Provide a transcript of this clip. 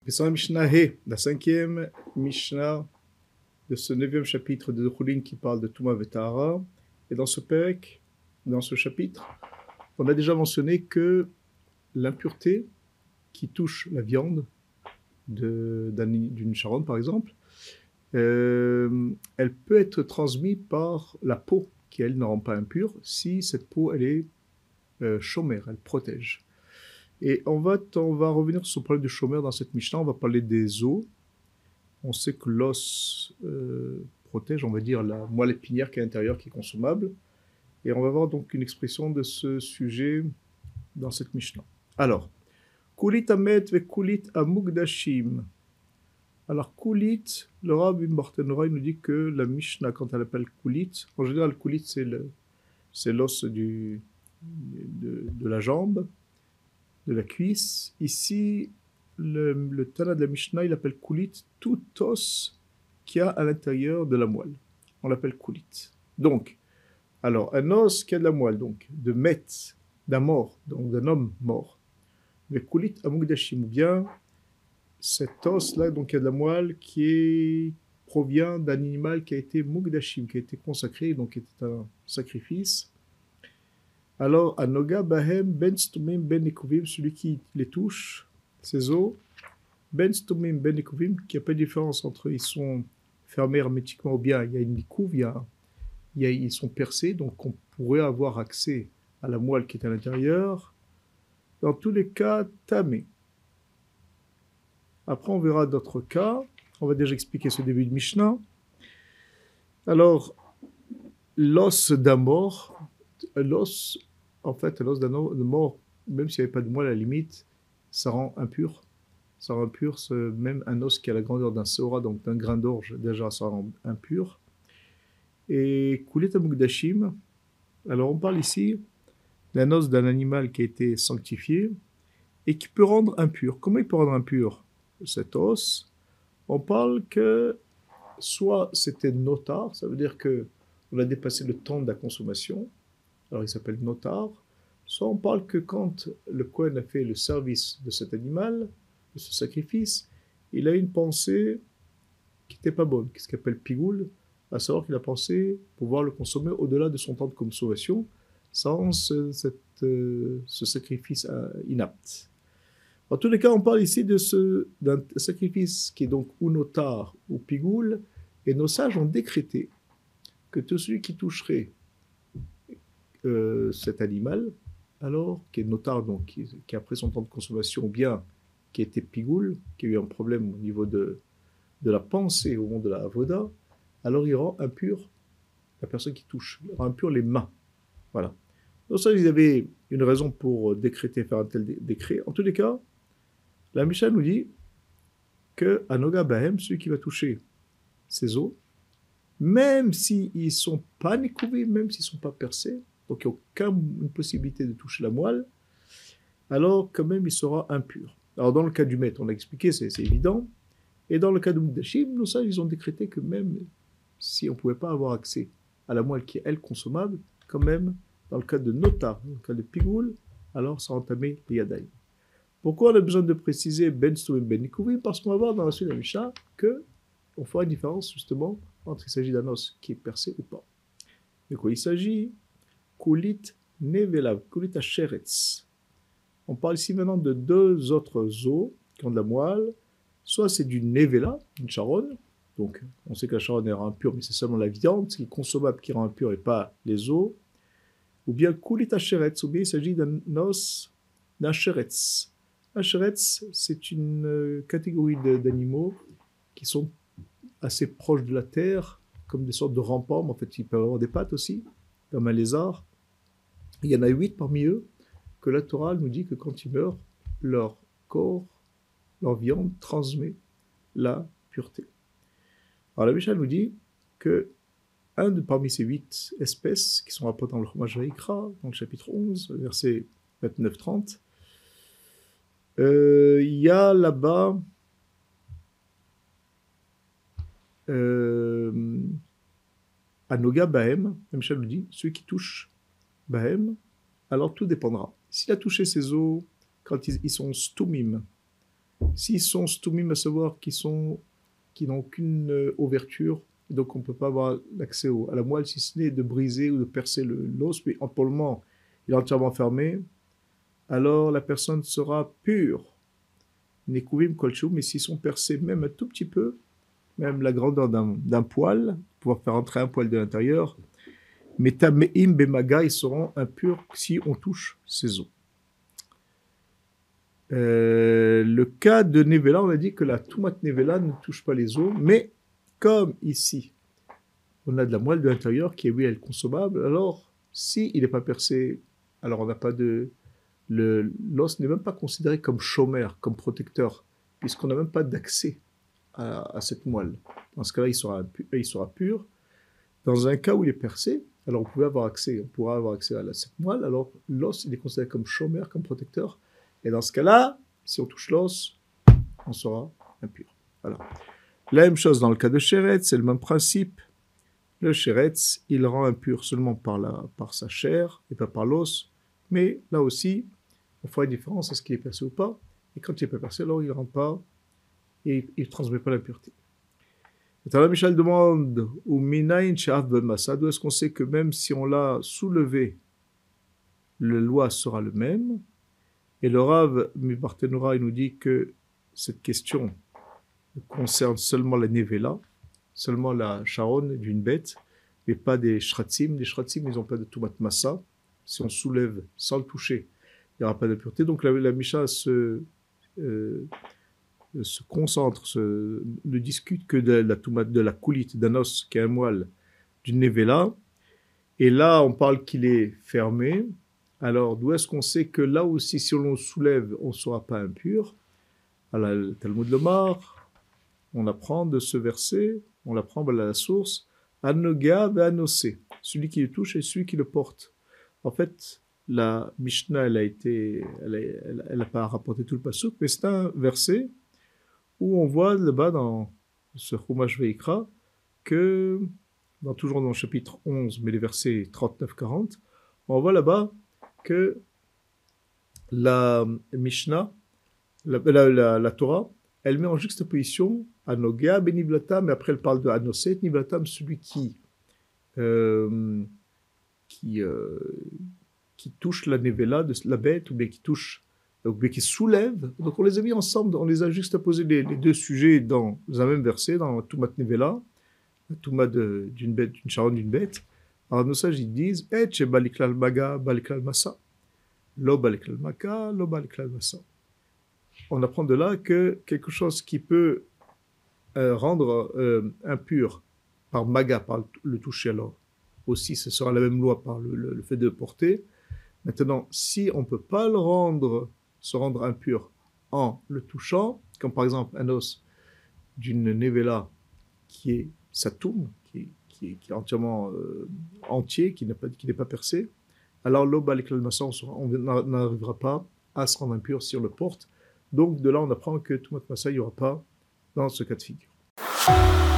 Dans la Mishnah He, la cinquième Mishnah de ce neuvième chapitre de Chulin qui parle de Touma Vetahara. Et dans ce Perek, dans ce chapitre, on a déjà mentionné que l'impureté qui touche la viande d'une charogne, par exemple, elle peut être transmise par la peau, qui elle ne rend pas impure, si cette peau elle est chômère, elle protège. Et on va revenir sur le problème du chômeur dans cette Mishnah. On va parler des os. On sait que l'os protège, on va dire, la moelle épinière qui est à l'intérieur, qui est consommable. Et on va voir donc une expression de ce sujet dans cette Mishnah. Alors, Kulit amet ve kulit amugdashim. Alors, kulit, le Rabbi Barthénoraï nous dit que la Mishnah, quand elle appelle kulit, en général, kulit, c'est l'os de la jambe, de la cuisse. Ici, le Tana de la Mishnah, il appelle kulit tout os qu'il y a à l'intérieur de la moelle. On l'appelle kulit. Donc, alors, un os qui a de la moelle, donc, de met, d'un mort, donc d'un homme mort. Le kulit amugdashim, ou bien cet os-là, donc, qui a de la moelle, provient d'un animal qui a été mugdashim, qui a été consacré, donc qui était un sacrifice. Alors, Anoga Bahem Ben Stumim Ben Nekuvim, celui qui les touche, ces os, Ben Stumim Ben Nekuvim, qui n'a pas de différence entre ils sont fermés hermétiquement ou bien il y a une couve, ils sont percés, donc on pourrait avoir accès à la moelle qui est à l'intérieur. Dans tous les cas, tamé. Après, on verra d'autres cas. On va déjà expliquer ce début de Mishnah. Alors, l'os d'un mort, l'os d'un mort, même s'il n'y avait pas de moelle à la limite, ça rend impur. Ça rend impur, même un os qui a la grandeur d'un seora, donc d'un grain d'orge, déjà ça rend impur. Et Kulit Amugdashim, alors on parle ici d'un os d'un animal qui a été sanctifié et qui peut rendre impur. Comment il peut rendre impur cet os? On parle que soit c'était notar, ça veut dire qu'on a dépassé le temps de la consommation, alors il s'appelle notar, soit on parle que quand le Kohen a fait le service de cet animal, de ce sacrifice, il a une pensée qui n'était pas bonne, ce qu'il appelle pigoul, à savoir qu'il a pensé pouvoir le consommer au-delà de son temps de consommation, sans ce sacrifice inapte. En tous les cas, on parle ici d'un sacrifice qui est donc ou notar ou pigoul, et nos sages ont décrété que tout celui qui toucherait cet animal, alors qui est notar, donc qui a pris son temps de consommation, ou bien qui était pigoul, qui a eu un problème au niveau de la pensée au moment de la avoda, alors il rend impur la personne qui touche, il rend impur les mains. Voilà. Donc ça, ils avaient une raison pour décréter, faire un tel décret. En tous les cas, la Mishnah nous dit que Anoga Bahem, celui qui va toucher ces os, même s'ils ne sont pas nécouvés, même s'ils ne sont pas percés, donc il n'y a aucune possibilité de toucher la moelle, alors quand même il sera impur. Alors dans le cas du maître, on l'a expliqué, c'est évident. Et dans le cas de Mudashim, nos sages, ils ont décrété que même si on ne pouvait pas avoir accès à la moelle qui est, elle, consommable, quand même, dans le cas de Nota, dans le cas de Pigoul, alors ça entamait les Yadaï. Pourquoi on a besoin de préciser Ben Stou et Ben Nikouvim? Parce qu'on va voir dans la suite de la Mishnah qu'on fera une différence, justement, entre il s'agit d'un os qui est percé ou pas. De quoi il s'agit? Kulit Nevelav, Kulit Asheretz. On parle ici maintenant de deux autres os qui ont de la moelle. Soit c'est du nevela, une charogne, donc on sait que la charogne est impure, mais c'est seulement la viande, ce qui est consommable qui rend impur et pas les os, ou bien kulit asheretz, ou bien il s'agit d'un os d'asheretz. Asheretz, c'est une catégorie d'animaux qui sont assez proches de la terre, comme des sortes de remparts, mais en fait ils peuvent avoir des pattes aussi, comme un lézard. Il y en a 8 parmi eux que la Torah nous dit que quand ils meurent, leur corps, leur viande transmet la pureté. Alors la Mishnah nous dit que parmi ces 8 espèces qui sont rapportées dans le Chumash Vayikra, dans le chapitre 11, verset 29-30, il y a là-bas Anoga Bahem, la Mishnah nous dit, celui qui touche Bahem, alors tout dépendra. S'il a touché ses os quand ils sont stumim, S'ils sont stomim, à savoir qui n'ont aucune ouverture, donc on ne peut pas avoir l'accès à la moelle, si ce n'est de briser ou de percer l'os, mais pour le moment, il est entièrement fermé, alors la personne sera pure. Nekuvim kolchou, mais s'ils sont percés même un tout petit peu, même la grandeur d'un poil, pouvoir faire entrer un poil de l'intérieur, mais tameim bemaga, ils seront impurs si on touche ces os. Le cas de Nevela, on a dit que la Toumat Nevela ne touche pas les os, mais comme ici, on a de la moelle de l'intérieur qui est, oui, elle consommable, alors si il n'est pas percé, alors on n'a pas l'os n'est même pas considéré comme chômeur, comme protecteur, puisqu'on n'a même pas d'accès à cette moelle. Dans ce cas-là, il sera pur. Dans un cas où il est percé, alors on pourra avoir accès à cette moelle, alors l'os, il est considéré comme chômeur, comme protecteur. Et dans ce cas-là, si on touche l'os, on sera impur. Voilà. La même chose dans le cas de Sheretz, c'est le même principe. Le Sheretz, il rend impur seulement par sa chair et pas par l'os. Mais là aussi, on fera une différence à ce qui est percé ou pas. Et quand il n'est pas percé, alors il ne rend pas et il ne transmet pas l'impureté. Et alors Michel demande, ou minayin she'af b'masa, d'où est-ce qu'on sait que même si on l'a soulevé, le loi sera le même. Et le Rav Mibartenura, il nous dit que cette question concerne seulement la nevela, seulement la charonne d'une bête, mais pas des shratzim. Les shratzim, ils n'ont pas de tumat massa. Si on soulève sans le toucher, il n'y aura pas d'impureté. Donc la Misha se concentre, ne discute que de la tumat, de la coulite d'un os qui est un moelle d'une nevela. Et là, on parle qu'il est fermé. Alors, d'où est-ce qu'on sait que là aussi, si on le soulève, on ne sera pas impur? Alors, le Talmud Lomar, on apprend de ce verset, on l'apprend à la source, Anoga ve'anosé, celui qui le touche et celui qui le porte. En fait, la Mishnah, elle n'a pas rapporté tout le pasuk, mais c'est un verset où on voit là-bas dans ce Chumash Veikra que, toujours dans le chapitre 11, mais les versets 39-40, on voit là-bas que la Mishnah, la Torah, elle met en juxtaposition Anoga ben Nivlatam, mais après elle parle de Anoset Nivlatam, celui qui touche la nevela de la bête, ou bien qui touche, ou bien qui soulève. Donc on les a mis ensemble, on les a juxtaposés les deux sujets dans un même verset, dans Tumat Nevela, Tumat d'une bête, d'une charonne d'une bête. Alors nos sages ils disent Etche baliklal maga baliklal massa, lo baliklal maga lo baliklal massa. On apprend de là que quelque chose qui peut rendre impur par maga, par le toucher, alors aussi ce sera la même loi par le fait de porter. Maintenant, si on ne peut pas se rendre impur en le touchant, comme par exemple un os d'une nevela qui est satoum, qui est entièrement entier, qui n'est pas percé, alors l'oba l'éclatation, on n'arrivera pas à se rendre impur si on le porte. Donc de là, on apprend que tout massa, il n'y aura pas dans ce cas de figure.